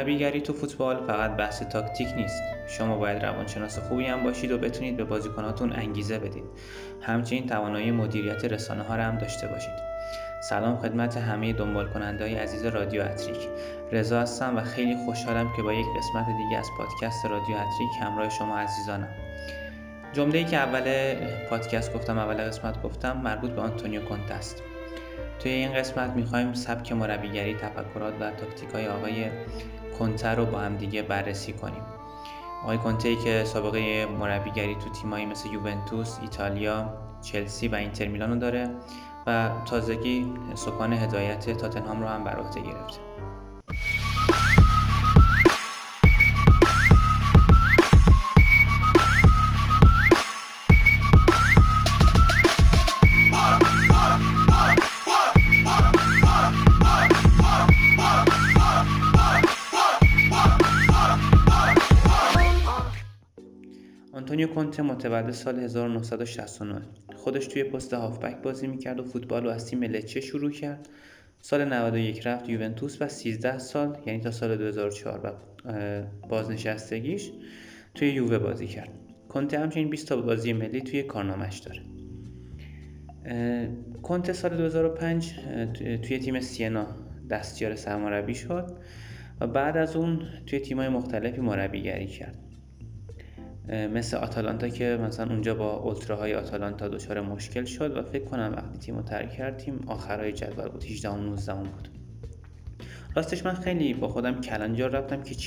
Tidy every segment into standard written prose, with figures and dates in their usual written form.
مربیگری تو فوتبال فقط بحث تاکتیک نیست. شما باید روانشناس خوبی هم باشید و بتونید به بازیکناتون انگیزه بدید. همچنین توانایی مدیریت رسانه ها رو هم داشته باشید. سلام خدمت همه دنبال کننده‌های عزیز رادیو اتریک. رضا هستم و خیلی خوشحالم که با یک قسمت دیگه از پادکست رادیو اتریک همراه شما عزیزانم. جمله‌ای که اول پادکست گفتم، اول قسمت گفتم، مربوط به آنتونیو کونته است. توی این قسمت می‌خوایم سبک مربیگری، تفکرات و تاکتیک‌های آقای کونته رو با هم دیگه بررسی کنیم. آقای کونته‌ای که سابقه مربیگری تو تیمایی مثل یوونتوس، ایتالیا، چلسی و اینتر میلانو داره و تازگی سکان هدایت تاتنهام رو هم بر عهده گرفته. آنتونیو کونته متولد سال 1969. خودش توی پست هافبک بازی میکرد و فوتبال رو از تیم لچه شروع کرد. سال 91 رفت یوونتوس و 13 سال، یعنی تا سال 2004 و بازنشستگیش توی یووه بازی کرد. کونته همچنین 20 تا بازی ملی توی کارنامه‌اش داره. کونته سال 2005 توی تیم سینا دستیار سرمربی شد و بعد از اون توی تیم‌های مختلفی مربیگری کرد، مثل آتالانتا که مثلا اونجا با اولتراهای آتالانتا دچار مشکل شد و فکر کنم وقتی تیمو ترک کرد تیم آخرای جدول بود، 18 و 19 بود. راستش من خیلی با خودم کلنجار رفتم که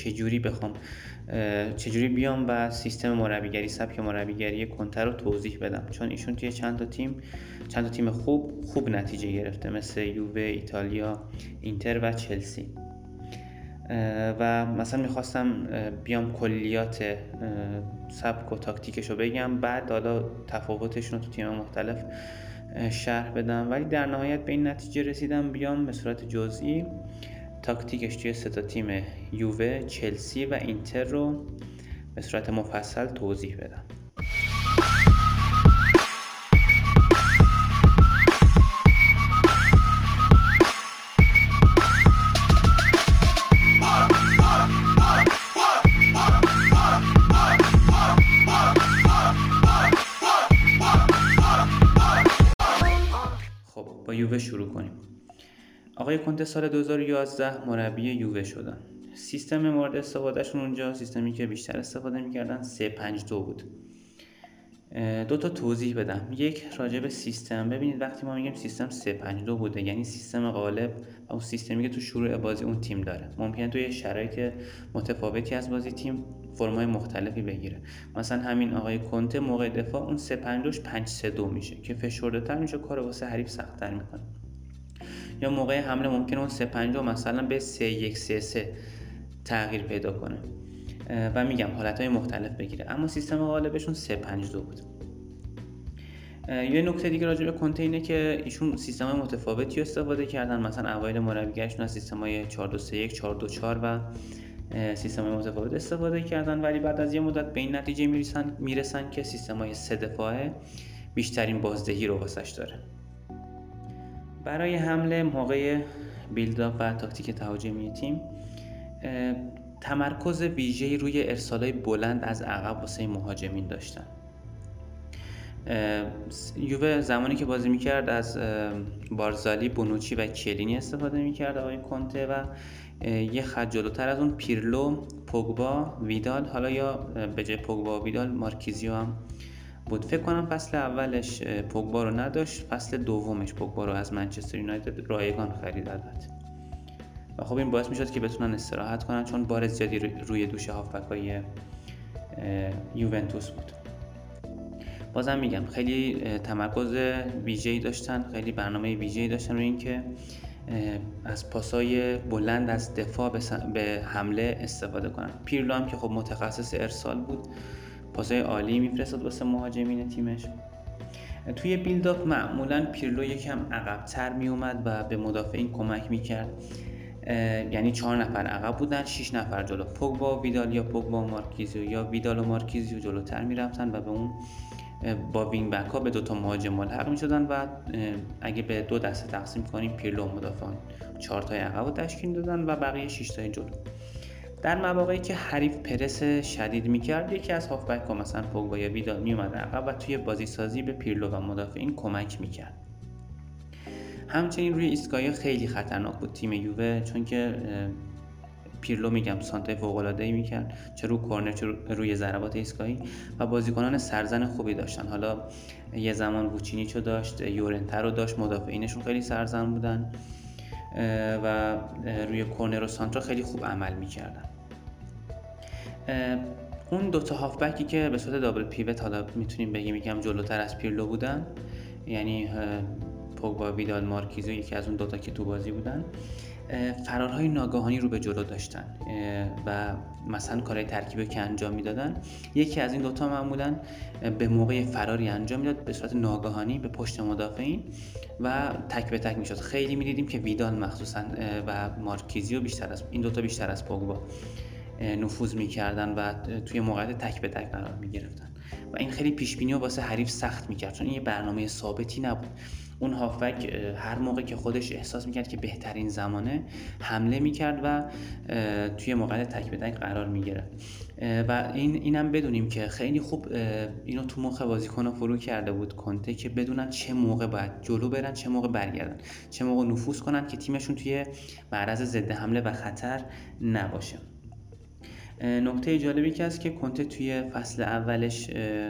چجوری بیام و سیستم مربیگری، سبک مربیگری کونته رو توضیح بدم، چون ایشون توی چند تا تیم خوب نتیجه گرفته، مثل یووه، ایتالیا، اینتر و چلسی. و مثلا میخواستم بیام کلیات سبک و تاکتیکش رو بگم، بعد حالا تفاوتشون رو تو تیم مختلف شرح بدم، ولی در نهایت به این نتیجه رسیدم بیام به صورت جزئی تاکتیکش توی 3 تا تیم یووه، چلسی و اینتر رو به صورت مفصل توضیح بدم. خب با یووه شروع کنیم. آقای کونته سال 2011 مربی یووه شدن. سیستم مورد استفادهشون اونجا، سیستمی که بیشتر استفاده میکردن 3-5-2 بود. 2 تا توضیح بدم. یک، راجع به سیستم. ببینید وقتی ما میگیم سیستم 3-5-2 بوده، یعنی سیستم غالب و اون سیستمی که تو شروع بازی اون تیم داره. ممکنه توی شرایط متفاوتی از بازی تیم فرمای مختلفی بگیره. مثلا همین آقای کونته موقع دفاع اون 3-5-2 5-3-2 میشه که فشرده‌تر میشه، کارو واسه حریف سخت‌تر میکنه. یا موقع حمله ممکنه اون 3-5-2 مثلا به 3-1-3-3 تغییر پیدا کنه و میگم حالتهای مختلف بگیره، اما سیستم غالبشون 3-5-2 بود. یه نکته دیگه راجع به کونته اینه که ایشون سیستم‌های متفاوتی استفاده کردن. مثلا اوایل مربیگریشون از سیستم‌های 4-2-3-1، 4-2-4 و سیستم‌های متفاوت استفاده کردن، ولی بعد از یه مدت به این نتیجه میرسن که سیستم‌های 3 دفاعه بیشترین بازدهی رو واسش داره. برای حمله موقع بیلداپ و تاکتیک تهاجمی تیم تمرکز ویژه‌ای روی ارسال‌های بلند از عقب واسه مهاجمین داشتن. یووه زمانی که بازی میکرد از بارزالی، بونوچی و کلینی استفاده میکرد آقای کونته و یه خط جلوتر از اون پیرلو، پوگبا، ویدال، حالا یا به جای پوگبا و ویدال مارکیزیو هم بود. فکر کنم فصل اولش پوگبا رو نداشت، فصل دومش پوگبا رو از منچستر یونایتد رایگان خرید البته. و خب این باعث میشد که بتونن استراحت کنن، چون بار زیادی روی دوش هافبک‌های یوونتوس بود. بازم میگم خیلی تمرکز ویژه‌ای داشتن، خیلی برنامه ویژه‌ای داشتن روی این که از پاسای بلند از دفاع به حمله استفاده کنن. پیرلو هم که خب متخصص ارسال بود، پاسای عالی میفرستاد واسه مهاجمین تیمش. توی بیلداپ معمولاً پیرلو یکم عقب‌تر میومد و به مدافعین کمک میکرد، یعنی 4 نفر عقب بودن، 6 نفر جلو. پوگبا و ویدال یا پوگبا و مارکیزیو یا ویدال و مارکیزیو جلوتر میرفتن و به اون با وینگ بک ها به 2 تا مهاجم ملحق میشدن و اگه به 2 دسته تقسیم کنیم پیرلو و مدافعان 4 تای عقب رو تشکیل دادن و بقیه 6 تای جلو. در مواقعی که حریف پرس شدید میکرد، یکی از هافبک ها مثلا پوگبا یا ویدال میومد عقب و توی بازی سازی به پیرلو و مدافعین کمک میکرد. همچنین روی ایستگاهی خیلی خطرناک بود تیم یووه، چون که پیرلو میگم سانتای فوق‌العاده‌ای میکرد، چه رو کورنر چه روی ضربات ایستگاهی، و بازیکنان سرزن خوبی داشتن. حالا یه زمان ووچینیچو داشت، یورنته رو داشت، مدافعینشون خیلی سرزن بودن و روی کورنر و سانترا خیلی خوب عمل میکردن. اون دوتا هافبکی که به صورت دابل پیوت حالا میتونیم بگیم یکم جلوتر از پیرلو بودن، یعنی پوگبا، ویدال، مارکیزو، یکی از اون دوتا که تو بازی بودن، فرارهای ناگهانی رو به جلو داشتن و مثلا کارهای ترکیبی که انجام میدادن، یکی از این دوتا معمولا به موقع فراری انجام میداد به صورت ناگهانی به پشت مدافعین و تک به تک میشد. خیلی میدیدیم که ویدال مخصوصا و مارکیزیو بیشتر از این دوتا بیشتر از پوگبا نفوذ میکردن و توی موقعیت تک به تک قرار میگرفتن و این خیلی پیش بینی رو واسه حریف سخت میکرد، چون این یه برنامه ثابتی نبود. اون هافبک هر موقع که خودش احساس میکرد که بهترین زمانه حمله میکرد و توی موقعیت تک به تک قرار میگرفت و اینم بدونیم که خیلی خوب اینو تو مخ بازیکن‌ها فرو کرده بود کنته، که بدونن چه موقع باید جلو برن، چه موقع برگردن، چه موقع نفوذ کنن که تیمشون توی معرض ضد حمله و خطر نباشه. نکته جالبی که هست که کنته توی فصل اولش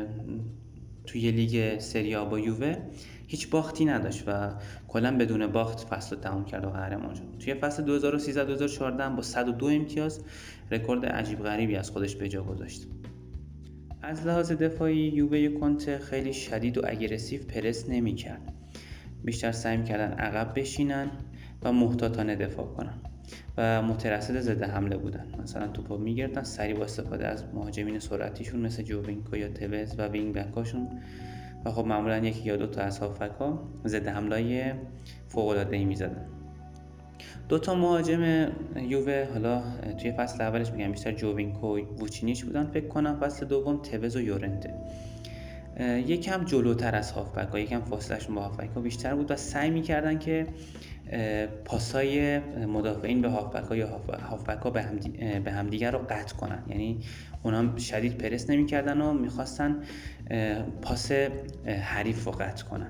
توی لیگ سری آ با یووه هیچ باختی نداشت و کلا بدون باخت فصل رو تموم کرد و قهرمان شد. توی فصل 2013-2014 با 102 امتیاز رکورد عجیب غریبی از خودش به جا گذاشت. از لحاظ دفاعی یووه کنته خیلی شدید و اگریسیو پرس نمی‌کرد. بیشتر سعی می‌کردن عقب بشینن و محتاطانه دفاع کنن و مترصد ضد حمله بودن. مثلا توپو میگرفتن سریع با استفاده از مهاجمین سرعتیشون مثل جوینکو یا توز و وینگ بکاشون و خب معمولا یکی یا دو تا از هافبک‌ها ضد حمله‌ای فوق‌العاده‌ای می‌زدن. دو تا مهاجم یووه حالا توی فصل اولش میگم بیشتر جوینکو و ووچینیچ بودن، فکر کنم فصل دوم توز و یورنته. یکم جلوتر از هافبک‌ها، یکم فاصله‌شون با هافبک‌ها بیشتر بود و سعی می‌کردن که پاسای مدافعین به هافبک‌ها یا هافبک‌ها به همدیگر رو قطع کنن، یعنی اونا شدید پرس نمی‌کردن و می‌خواستن پاس حریف رو قطع کنن.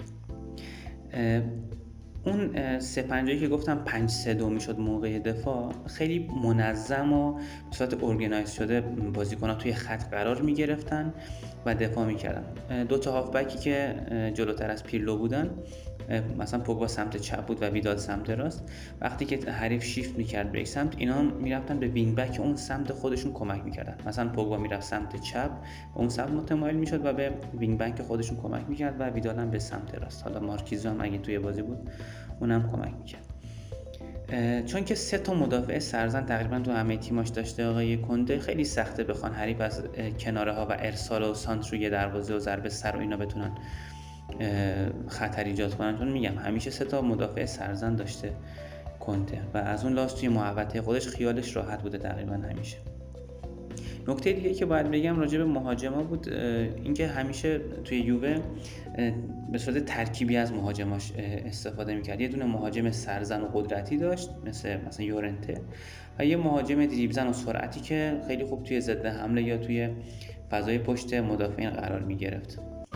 اون 3-5 که گفتم 5-3-2 میشد موقع دفاع، خیلی منظم و به صورت ارگنایز شده بازیکن‌ها توی خط قرار می‌گرفتن و دفاع می‌کردن. دو تا هافبکی که جلوتر از پیرلو بودن، مثلا پوگبا سمت چپ بود و ویدال سمت راست، وقتی که حریف شیفت می‌کرد به یک سمت، اینا می‌رفتن به وینگ بک اون سمت خودشون کمک می‌کردن. مثلا پوگبا میرفت سمت چپ، اون سمت متمایل می‌شد و به وینگ بک خودشون کمک می‌کرد و ویدال هم به سمت راست. حالا مارکیزو هم اگه توی بازی بود اونم کمک می‌کرد. چون که 3 تا مدافع سرزن تقریبا تو همه تیماش داشته آقای کنته، خیلی سخته بخوان حریف از کناره‌ها و ارسال و سانتر روی دروازه و ضربه سر و اینا بتونن خطر ایجاد کنن، چون میگم همیشه 3 تا مدافع سرزن داشته کنته و از اون لحاظ توی محوطه خودش خیالش راحت بوده تقریبا همیشه. نکته دیگه که باید بگم راجع به مهاجما بود، اینکه همیشه توی یووه به صورت ترکیبی از مهاجماش استفاده میکرد. یه دونه مهاجم سرزن و قدرتی داشت مثلا یورنته و یه مهاجم دریبزن و سرعتی که خیلی خوب توی ضد حمله یا توی فضای پشت مدافعین قرار میگرفت.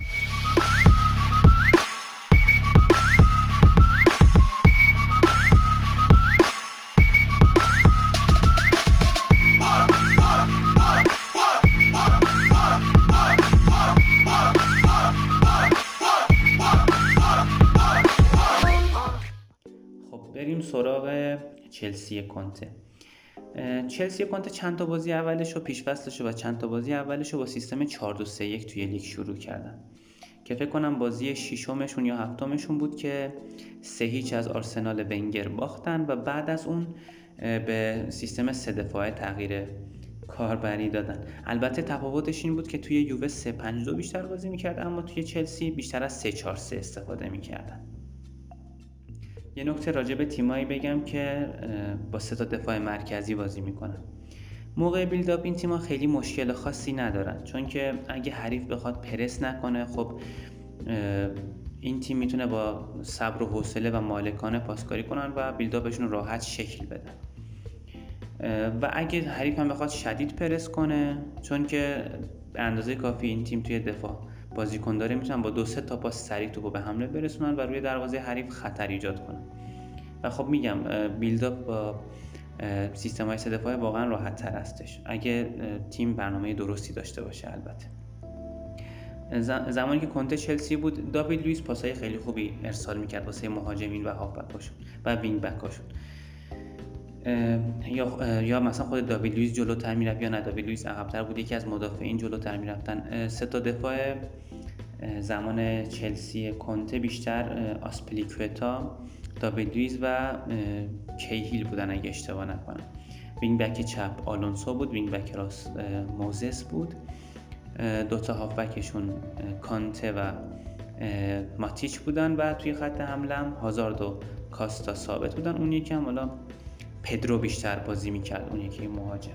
بریم سراغ چلسی کنته. چلسی کنته چند تا بازی اولش و پیش‌فصلش و چند تا بازی اولش رو با سیستم 4-2-3-1 توی لیگ شروع کردن که فکر کنم بازی ششمشون یا هفتمشون بود که 3-0 از آرسنال ونگر باختن و بعد از اون به سیستم 3 دفاعه تغییر کاربری دادن. البته تفاوتش این بود که توی یووه 3-5-2 بیشتر بازی می‌کرد، اما توی چلسی بیشتر از 3-4-3 استفاده می‌کردن. یه نکته راجع به تیمایی بگم که با 3 تا دفاع مرکزی بازی میکنن. موقع بیلداپ این تیم‌ها خیلی مشکل خاصی ندارن، چون که اگه حریف بخواد پرس نکنه، خب این تیم میتونه با صبر و حوصله و مالکانه پاسکاری کنن و بیلداپشون راحت شکل بدن. و اگه حریف هم بخواد شدید پرس کنه، چون که به اندازه کافی این تیم توی دفاع بازیکن داره، میتونن با 2-3 تا پاس سریع توپو به حمله برسونن و روی دروازه حریف خطر ایجاد کنن. و خب میگم بیلداپ با سیستم های 3 دفاعه واقعا راحت تر هستش اگه تیم برنامه درستی داشته باشه. البته زمانی که کنته چلسی بود، داوید لوئیس پاسای خیلی خوبی ارسال میکرد واسه مهاجمین و هافبکاشون و وینگ بکاشون. یا مثلا خود داوید لوئیس جلوتر میرفت یا نه داوید لوئیس عقب‌تر بود، یکی از مدافعین جلوتر میرفتن. 3 تا دفاع زمان چلسی کنته بیشتر آسپلیکوتا، داوید لوئیس و کیهیل بودن اگه اشتباه نکنم. وینگ بک چپ آلونسو بود، وینگ بک راست موزس بود. 2 تا هافبکشون کانته و ماتیچ بودن و توی خط حمله هم هازارد و کاستا ثابت بودن. اون یکی هم حالا پدرو بیشتر بازی میکرد، اون یکی مهاجم.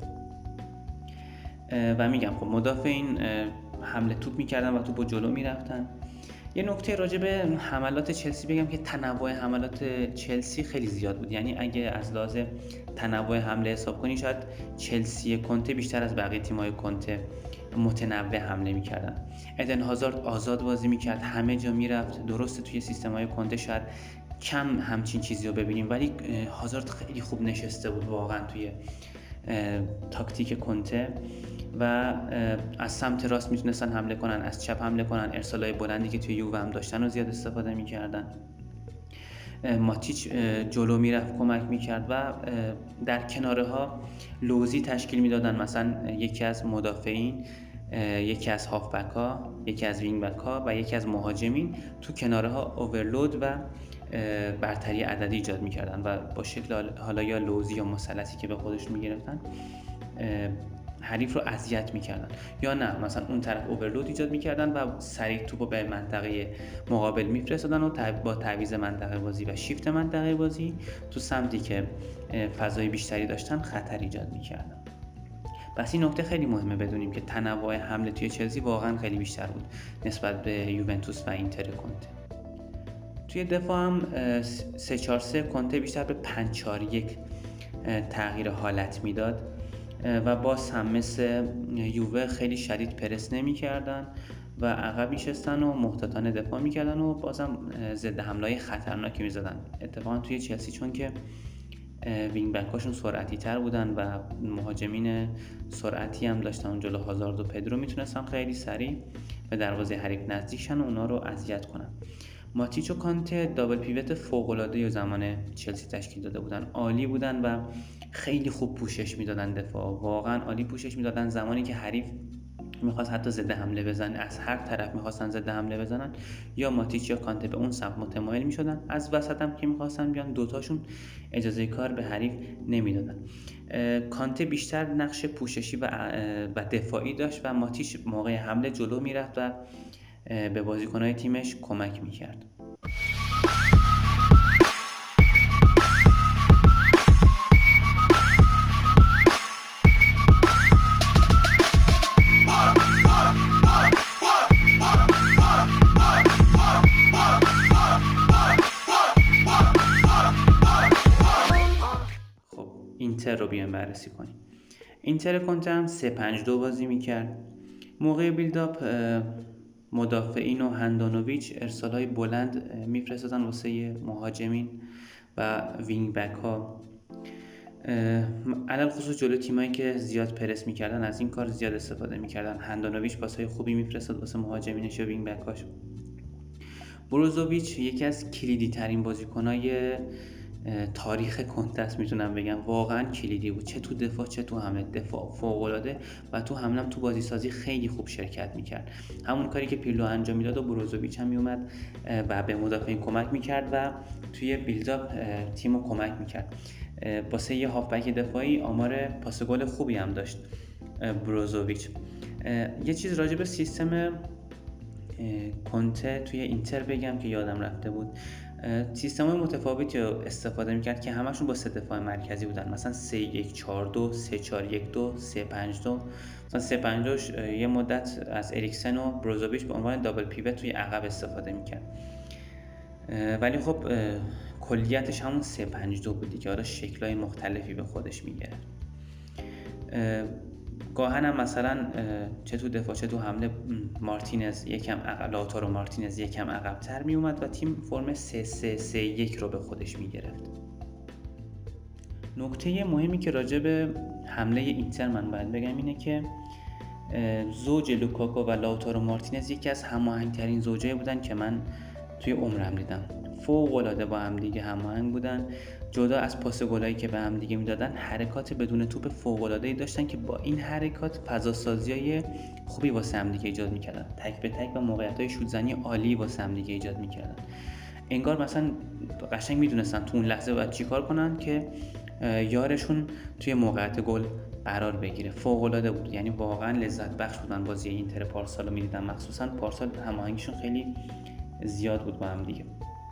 و میگم خب مدافعین حمله توپ میکردن و توپو جلو میرفتن. یه نکته راجع به حملات چلسی بگم که تنوع حملات چلسی خیلی زیاد بود. یعنی اگه از لحاظ تنوع حمله حساب کنی، شاید چلسی کنته بیشتر از بقیه تیم‌های کنته متنوع حمله میکردن. ادن هازارد آزاد بازی میکرد، همه جا میرفت. درسته توی سیستم‌های کنته شاید کم همچین چیزی رو ببینیم، ولی هازارد خیلی خوب نشسته بود واقعا توی تاکتیک کنته و از سمت راست میتونستن حمله کنن، از چپ حمله کنن، ارسالای بلندی که توی یووه هم داشتن رو زیاد استفاده میکردن. ماتیچ جلو میرفت کمک میکرد و در کناره ها لوزی تشکیل میدادن، مثلا یکی از مدافعین، یکی از هافبک ها، یکی از وینگ بک ها و یکی از مهاجمین تو کناره ها اوورلود و برتری عددی ایجاد میکردن و با شکل حالا یا لوزی یا مثلثی که به خودش میگرفتن حریف رو اذیت میکردن، یا نه مثلا اون طرف اوورلود ایجاد میکردن و سریع توپو به منطقه مقابل میفرستادن و با تعویض منطقه بازی و شیفت منطقه بازی تو سمتی که فضای بیشتری داشتن خطر ایجاد میکردن. پس این نکته خیلی مهمه بدونیم که تنوع حمله توی چلسی واقعا خیلی بیشتر بود نسبت به یوونتوس و اینتر کنته. توی دفاع هم 3-4-3 کنته بیشتر به 5-4-1 تغییر حالت میداد و باز هم مثل یووه خیلی شدید پرس نمی کردن و عقب میشستن و محتاطانه دفاع میکردن و بازم ضد حمله‌های خطرناکی میزدن. اتفاقا توی چلسی چون که وینگ بکاشون سرعتی تر بودن و مهاجمین سرعتی هم داشتن، اون جلو هازارد و پدرو میتونستن خیلی سریع به دروازه حریف نزدیک شن و اونا رو اذیت کنن. ماتیچ و کانته دابل پیوت فوق‌العاده زمان چلسی تشکیل داده بودن، عالی بودن و خیلی خوب پوشش میدادن دفاع، واقعا عالی پوشش میدادن. زمانی که حریف میخواست حتی ضد حمله بزنه، از هر طرف میخواستن ضد حمله بزنن، یا ماتیچ یا کانته به اون سمت متمایل میشدن، از وسط هم که میخواستن بیان دوتاشون اجازه کار به حریف نمیدادن. کانته بیشتر نقش پوششی و دفاعی داشت و ماتیچ موقع حمله جلو میرفت و به بازیکنهای تیمش کمک میکرد. خب اینتر رو بیایم بررسی کنیم. اینتر کنته هم 3-5-2 بازی میکرد. موقع بیلداپ مدافعین و هندانویچ ارسالهای بلند میفرستادن واسه مهاجمین و وینگ بک ها، علل خصوص جلو تیمایی که زیاد پرس میکردن از این کار زیاد استفاده میکردن. هندانویچ پاسهای خوبی میفرستاد واسه مهاجمینش و وینگ بک هاش. بروزوویچ یکی از کلیدی ترین بازیکنای تاریخ کنته است، میتونم بگم واقعا کلیدی بود، چه تو دفاع چه تو حمله. دفاع فوق‌العاده و تو حمله تو بازی سازی خیلی خوب شرکت میکرد. همون کاری که پیرلو انجام میداد و بروزوویچ هم میومد و به مدافعین کمک میکرد و توی بیلداپ تیمو کمک میکرد. واسه یه هافبک دفاعی آمار پاس گل خوبی هم داشت بروزوویچ. یه چیز راجع به سیستم کنته توی اینتر بگم که یادم رفته بود. سیستم‌های متفاوتی رو استفاده می‌کرد که همشون با 3 دفاع مرکزی بودن، مثلا 3-1-4-2، 3-4-1-2، 3-5-2. مثلا 3-5-2 یه مدت از اریکسن و بروزوویچ به عنوان دابل پیوت توی عقب استفاده می‌کرد، ولی خب کلیتش همون 3-5-2 بود که حالا شکل‌های مختلفی به خودش می‌گرفت. گاهن هم مثلا چه تو دفاع چه تو حمله مارتینز یکم عقب، لاتارو مارتینز یکم عقب‌تر می اومد و تیم فرم 3-3-3-1 رو به خودش می گرفت. نکته مهمی که راجع به حمله اینتر من باید بگم اینه که زوج لوکاکو و لاتارو مارتینز یکی از هماهنگ‌ترین زوجایی بودن که من توی عمرم دیدم. فوق‌العاده با هم دیگه هماهنگ بودن. جدا از پاس گلایی که به هم دیگه میدادن، حرکات بدون توپ فوق‌العاده‌ای داشتن که با این حرکات فضاسازی‌های خوبی واسه هم دیگه ایجاد می‌کردن. تک به تک و موقعیت‌های شوت‌زنی عالی واسه هم دیگه ایجاد می‌کردن. انگار مثلا قشنگ میدونستن تو اون لحظه باید چیکار کنن که یارشون توی موقعیت گل قرار بگیره. فوق‌العاده بود، یعنی واقعا لذت بخش بودن بازی اینتر پارسال رو می‌دیدم، مخصوصا پارسال هماهنگیشون خیلی زیاد بود با هم دیگه.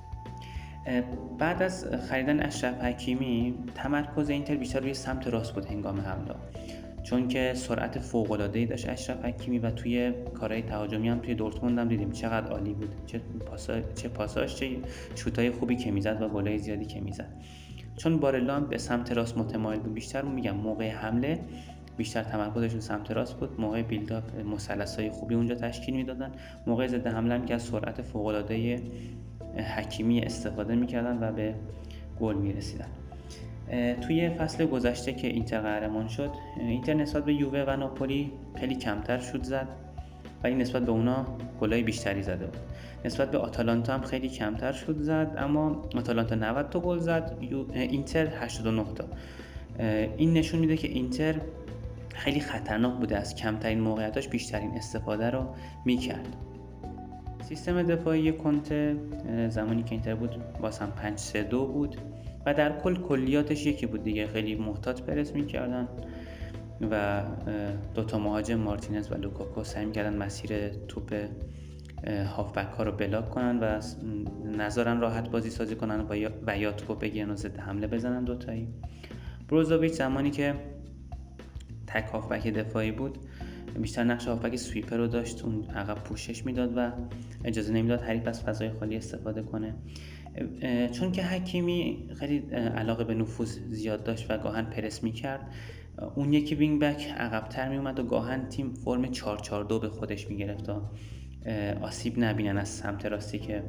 بعد از خریدن اشرف حکیمی تمرکز اینتر بیشتر روی سمت راست بود هنگام حمله، چون که سرعت فوق‌العاده‌ای داشت اشرف حکیمی و توی کارهای تهاجمی هم توی دورتموند هم دیدیم چقدر عالی بود، چه پاساش چه شوتای خوبی که میزد و گلای زیادی که میزد. چون بارلا هم به سمت راست متمایل بود بیشتر، میگم موقع حمله بیشتر تمرکزشون سمت راست بود، موقع بیلداپ مثلث‌های خوبی اونجا تشکیل میدادن، موقع ضد حمله هم که از سرعت فوق‌العاده حکیمی استفاده میکردن و به گل میرسیدن. توی فصل گذشته که اینتر قهرمان شد، اینتر نسبت به یووه و ناپولی خیلی کمتر شوت زد ولی نسبت به اونا گلای بیشتری زده بود. نسبت به آتالانتا هم خیلی کمتر شوت زد، اما آتالانتا 90 تا گل زد، اینتر 89 تا. این نشون میده که اینتر خیلی خطرناک بوده، از کمترین موقعیتاش بیشترین استفاده رو میکرد. سیستم دفاعی کنته زمانی که اینتر بود هم 5-3-2 بود و در کلیاتش یکی بود دیگه، خیلی محتاط پرس میکردن و دوتا مهاجم مارتینز و لوکاکو سعی میکردن مسیر توپ هافبک ها رو بلاک کنن و نذارن راحت بازی سازی کنن و یا توپ بگیرن و ضد حمله بزنن دوتایی. بروزوویچ زمانی که تک هافبک دفاعی بود بیشتر نقش هافبک سویپر رو داشت، اون عقب پوشش میداد و اجازه نمیداد حریف از فضای خالی استفاده کنه. چون که حکیمی خیلی علاقه به نفوذ زیاد داشت و گاهن پرس میکرد، اون یکی وینگ بک عقب‌تر میومد و گاهن تیم فرم 4-4-2 به خودش میگرفت تا آسیب نبینن از سمت راستی که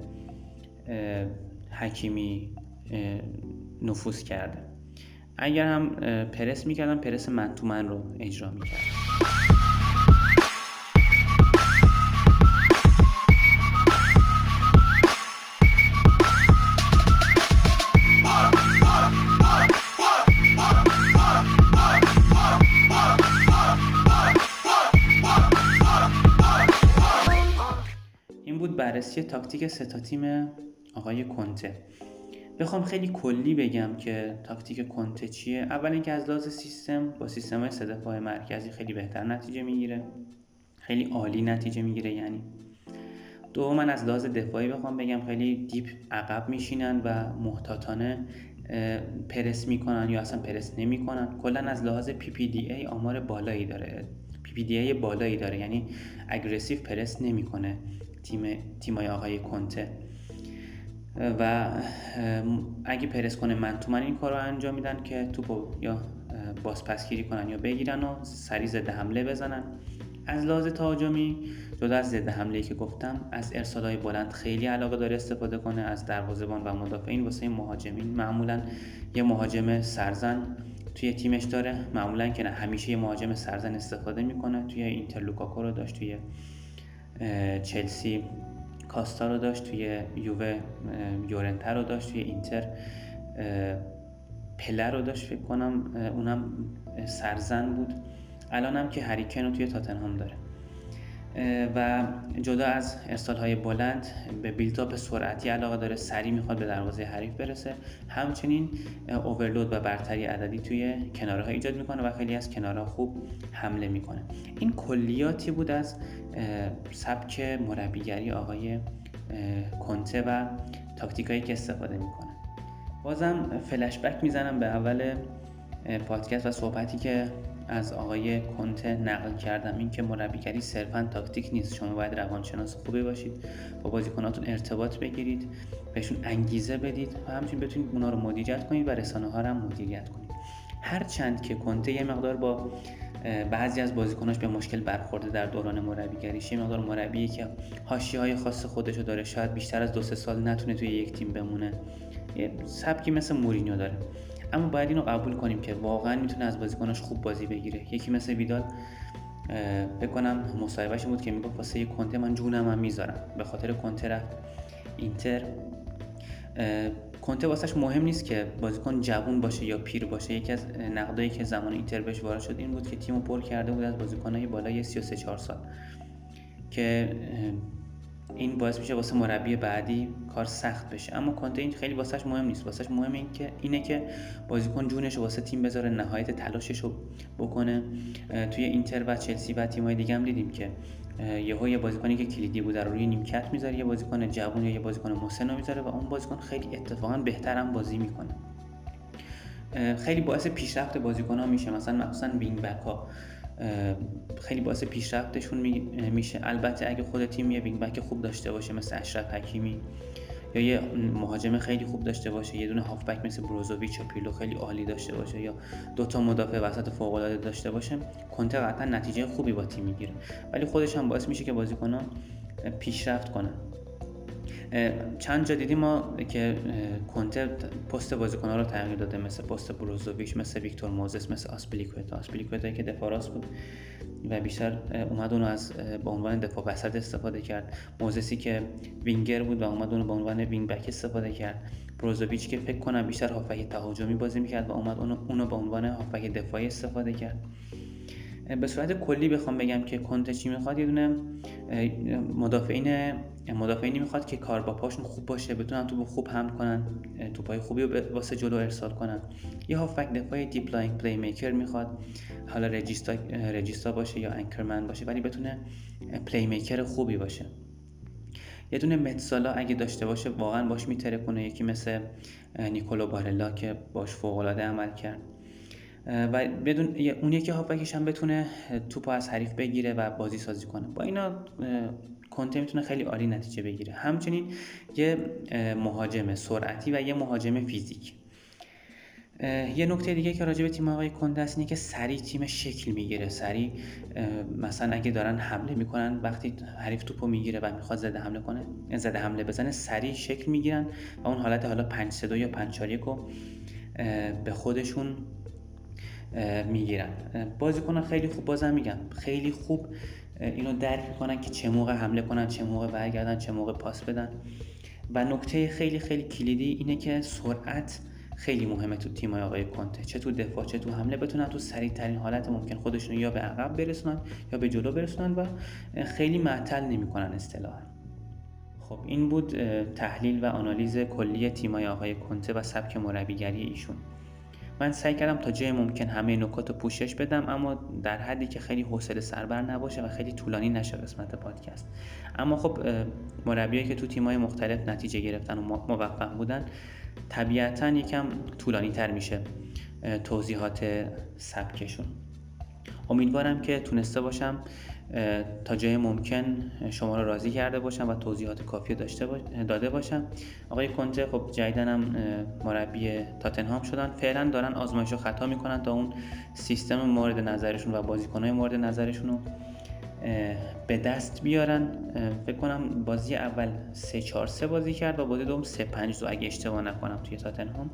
حکیمی نفوذ کرده. اگر هم پرس میکردن، پرس من تو من رو اجرا میکردن. این بود بررسی تاکتیک سه تا تیم آقای کنته. بخوام خیلی کلی بگم که تاکتیک کنته چیه، اول اینکه از لحاظ سیستم با سیستم‌های سه دفاع مرکزی خیلی بهتر نتیجه میگیره، خیلی عالی نتیجه میگیره یعنی. دوما از لحاظ دفاعی بخوام بگم خیلی دیپ عقب میشینن و محتاطانه پرس میکنن یا اصلا پرس نمیکنن. کلا از لحاظ PPDA آمار بالایی داره، PPDA بالایی داره، یعنی اگریسیو پرس نمیکنه تیمای آقای کنته و اگه پرس کنه من تو من این کار رو انجام میدن که توپو یا بازپسگیری کنن یا بگیرن و سریع ضد حمله بزنن. از لحاظ تهاجمی جدا از ضد حمله‌ای که گفتم، از ارسال‌های بلند خیلی علاقه داره استفاده کنه، از دروازه‌بان و مدافعین. واسه مهاجمین معمولا یه مهاجم سرزن توی تیمش داره، معمولا که نه همیشه یه مهاجم سرزن استفاده میکنه. توی اینتر لوکاکو رو داشت، توی چلسی کاستا رو داشت، توی یووه یورنته رو داشت، توی اینتر پله رو داشت فکر کنم اونم سرزن بود، الان هم که هری کین رو توی تاتنهام داره. و جدا از ارسال‌های بلند به بیلداپ سرعتی علاقه داره، سریع میخواد به دروازه حریف برسه، همچنین اوورلود و برتری عددی توی کناره‌ها ایجاد میکنه و خیلی از کناره‌ها خوب حمله میکنه. این کلیاتی بود از سبک مربیگری آقای کنته و تاکتیکایی که استفاده میکنه. بازم فلش بک میزنم به اول پادکست و صحبتی که از آقای کنته نقل کردم، این که مربیگری صرفاً تاکتیک نیست، شما باید روانشناس خوبی باشید، با بازیکناتون ارتباط بگیرید، بهشون انگیزه بدید و همچنین بتونید اونا رو مدیریت کنید و رسانه‌ها رو هم مدیریت کنید. هرچند که کنته یه مقدار با بعضی از بازیکناش به مشکل برخورده در دوران مربیگریش. یه مقدار مربی که حاشیه‌های خاص خودشو داره، شاید بیشتر از 2-3 سال نتونه توی یک تیم بمونه، یه سبکی مثل مورینیو داره. اما باید اینو قبول کنیم که واقعا میتونه از بازیکناش خوب بازی بگیره. یکی مثل ویدال فکر کنم مصاحبهش بود که میگفت واسه کنته من جونم میذارم. به خاطر کنته رفت اینتر. کنته واسش مهم نیست که بازیکن جوون باشه یا پیر باشه. یکی از نقدایی که زمان اینتر بهش وارد شد این بود که تیمو پر کرده بود از بازیکنای بالای 33-4 سال که این باعث میشه واسه مربی بعدی کار سخت بشه. اما کنته این خیلی واسش مهم نیست. واسش مهم اینه که بازیکن جونش رو واسه تیم بذاره، نهایت تلاشش رو بکنه. توی اینتر و چلسی و تیم‌های دیگه هم دیدیم که یه بازیکنی که کلیدی بود رو روی نیمکت میذاره، یه بازیکن جوون یا یه بازیکن مسن رو میذاره و اون بازیکن خیلی اتفاقا بهترم بازی میکنه. خیلی باعث پیشرفت بازیکن‌ها میشه. مثلا وینگ بک ها خیلی باعث پیشرفتشون میشه. البته اگه خود تیم یه وینگ بک خوب داشته باشه مثل اشرف حکیمی یا یه مهاجم خیلی خوب داشته باشه، یه دونه هافبک مثل بروزوویچ یا پیرلو خیلی عالی داشته باشه یا دوتا مدافع وسط فوق‌العاده داشته باشه، کنته قطعا نتیجه خوبی با تیم میگیره. ولی خودش هم باعث میشه که بازیکن‌ها پیشرفت کنن. چند جا دیدیم ما که کنته پست بازیکن‌ها رو تغییر داده، مثل پست بروزوویچ، مثل ویکتور موزس، مثل آسپلیکوتا که دفاع راست بود و بیشتر اومد اونو از به عنوان دفاع وسط استفاده کرد. موزسی که وینگر بود و اومد اونو به عنوان وینگ بک استفاده کرد. بروزوویچ که فکر کنم بیشتر هافبک تهاجمی بازی می‌کرد و اومد اونو به عنوان هافبک دفاعی استفاده کرد. به صورت کلی بخوام بگم که کنته چی میخواد، یه دونه مدافعینی میخواد که کار با پاشون خوب باشه، بتونن توپ خوب حمل کنن، توپای خوبی رو واسه جلو ارسال کنن. یه هافبک دفاعی دیپ لاین پلی میکر میخواد، حالا رجیستا باشه یا انکرمن باشه، ولی بتونه پلی میکر خوبی باشه. یه دونه متسالا اگه داشته باشه واقعا باش میترکونه، یکی مثل نیکولو بارلا که باش فوق‌العاده عمل کرد و بدون اون یکی هافبکش هم بتونه توپو از حریف بگیره و بازی سازی کنه. با اینا کنته میتونه خیلی عالی نتیجه بگیره. همچنین یه مهاجم سرعتی و یه مهاجم فیزیک. یه نکته دیگه که راجع به تیم آقای کنته است اینه که سریع تیم شکل میگیره. سریع مثلا اگه دارن حمله میکنن، وقتی حریف توپو میگیره و میخواد زده حمله بزنه، سریع شکل میگیرن و اون حالت حالا 5-3-2 یا 5-4-1 رو به خودشون میگیرن. بازیکن‌ها خیلی خوب، بازم میگم خیلی خوب اینو درک میکنن که چه موقع حمله کنن، چه موقع برگردن، چه موقع پاس بدن. و نکته خیلی خیلی کلیدی اینه که سرعت خیلی مهمه تو تیم‌های آقای کنته، چه تو دفاع چه تو حمله بتونن تو سریع‌ترین حالت ممکن خودشون یا به عقب برسونن یا به جلو برسونن و خیلی معطل نمی‌کنن اصطلاحاً. خب این بود تحلیل و آنالیز کلی تیم‌های آقای کنته و سبک مربیگری ایشون. من سعی کردم تا جای ممکن همه نکات رو پوشش بدم، اما در حدی که خیلی حوصله سربر نباشه و خیلی طولانی نشه قسمت پادکست. اما خب مربیایی که تو تیم‌های مختلف نتیجه گرفتن و موفق بودن طبیعتاً یکم طولانی تر میشه توضیحات سبکشون. امیدوارم که تونسته باشم تا جای ممکن شما رو راضی کرده باشم و توضیحات کافی داده باشم. آقای کنته خب جدیداً هم مربی تاتنهام شدن. فعلا دارن آزمایش و خطا میکنن تا اون سیستم مورد نظرشون و بازیکن‌های مورد نظرشون رو به دست بیارن. فکر کنم بازی اول 3-4-3 بازی کرد و بازی دوم 3-5-2 اگه اشتباه نکنم توی تاتنهام.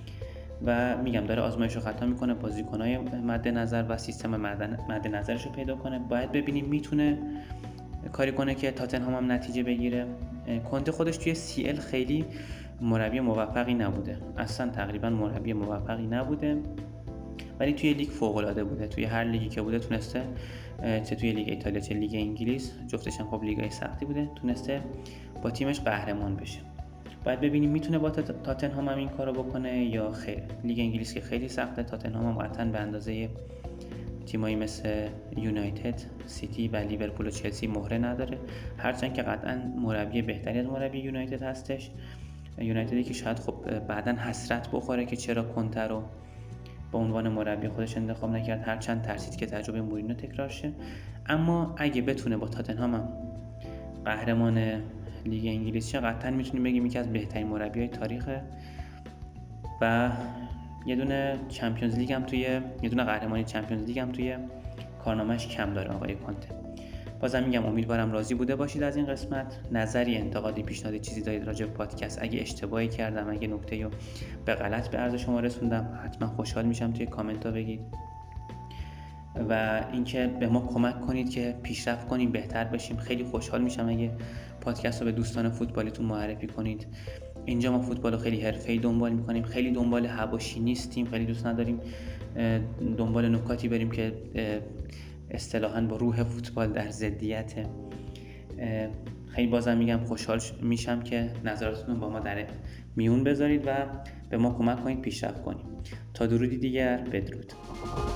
و میگم داره آزمایش و خطا میکنه، بازیکنای مد نظر و سیستم مد نظرش رو پیدا کنه. باید ببینیم میتونه کاری کنه که تاتنهام هم نتیجه بگیره. کنته خودش توی CL خیلی مربی موفقی نبوده، اصلا تقریبا مربی موفقی نبوده، ولی توی لیگ فوق العاده بوده. توی هر لیگی که بوده تونسته، چه توی لیگ ایتالیا چه لیگ انگلیس، جفتش هم خب لیگای سختی بوده، تونسته با تیمش قهرمان بشه. باید ببینیم میتونه با تاتنهام هم این کارو بکنه یا خیر. لیگ انگلیس که خیلی سخته، تاتنهام هم قطعاً به اندازه تیمایی مثل یونایتد، سیتی و لیورپول و چلسی مهره نداره، هرچند که قطعاً مربی بهتری از مربی یونایتد هستش. یونایتدی که شاید خب بعداً حسرت بخوره که چرا کنته رو به عنوان مربی خودش انتخاب نکرد، هرچند ترسید که تجربه مورینیو تکرار شه. اما اگه بتونه با تاتنهام هم قهرمان لیگ انگلیس شه، قطعا میتونیم بگیم یکی از بهترین مربیای تاریخه و یه دونه قهرمانی چمپیونز لیگ هم توی کارنامه‌اش کم داره آقای کانته. بازم میگم امیدوارم راضی بوده باشید از این قسمت. نظری، انتقادی، پیشنهادی، چیزی دارید راجع به پادکست، اگه اشتباهی کردم، اگه نکته‌ای رو به غلط به عرض شما رسوندم، حتما خوشحال میشم توی کامنت‌ها بگید و اینکه به ما کمک کنید که پیشرفت کنیم، بهتر بشیم. خیلی خوشحال میشم اگه پادکست رو به دوستان فوتبالیتون معرفی کنید. اینجا ما فوتبال رو خیلی حرفه‌ای دنبال می‌کنیم، خیلی دنبال حواشی نیستیم، خیلی دوست نداریم دنبال نکاتی بریم که اصطلاحاً با روح فوتبال در ضدیت. خیلی بازم میگم خوشحال میشم که نظراتتون با ما در میون بذارید و به ما کمک کنید پیشرفت کنیم. تا درودی دیگر، بدرود.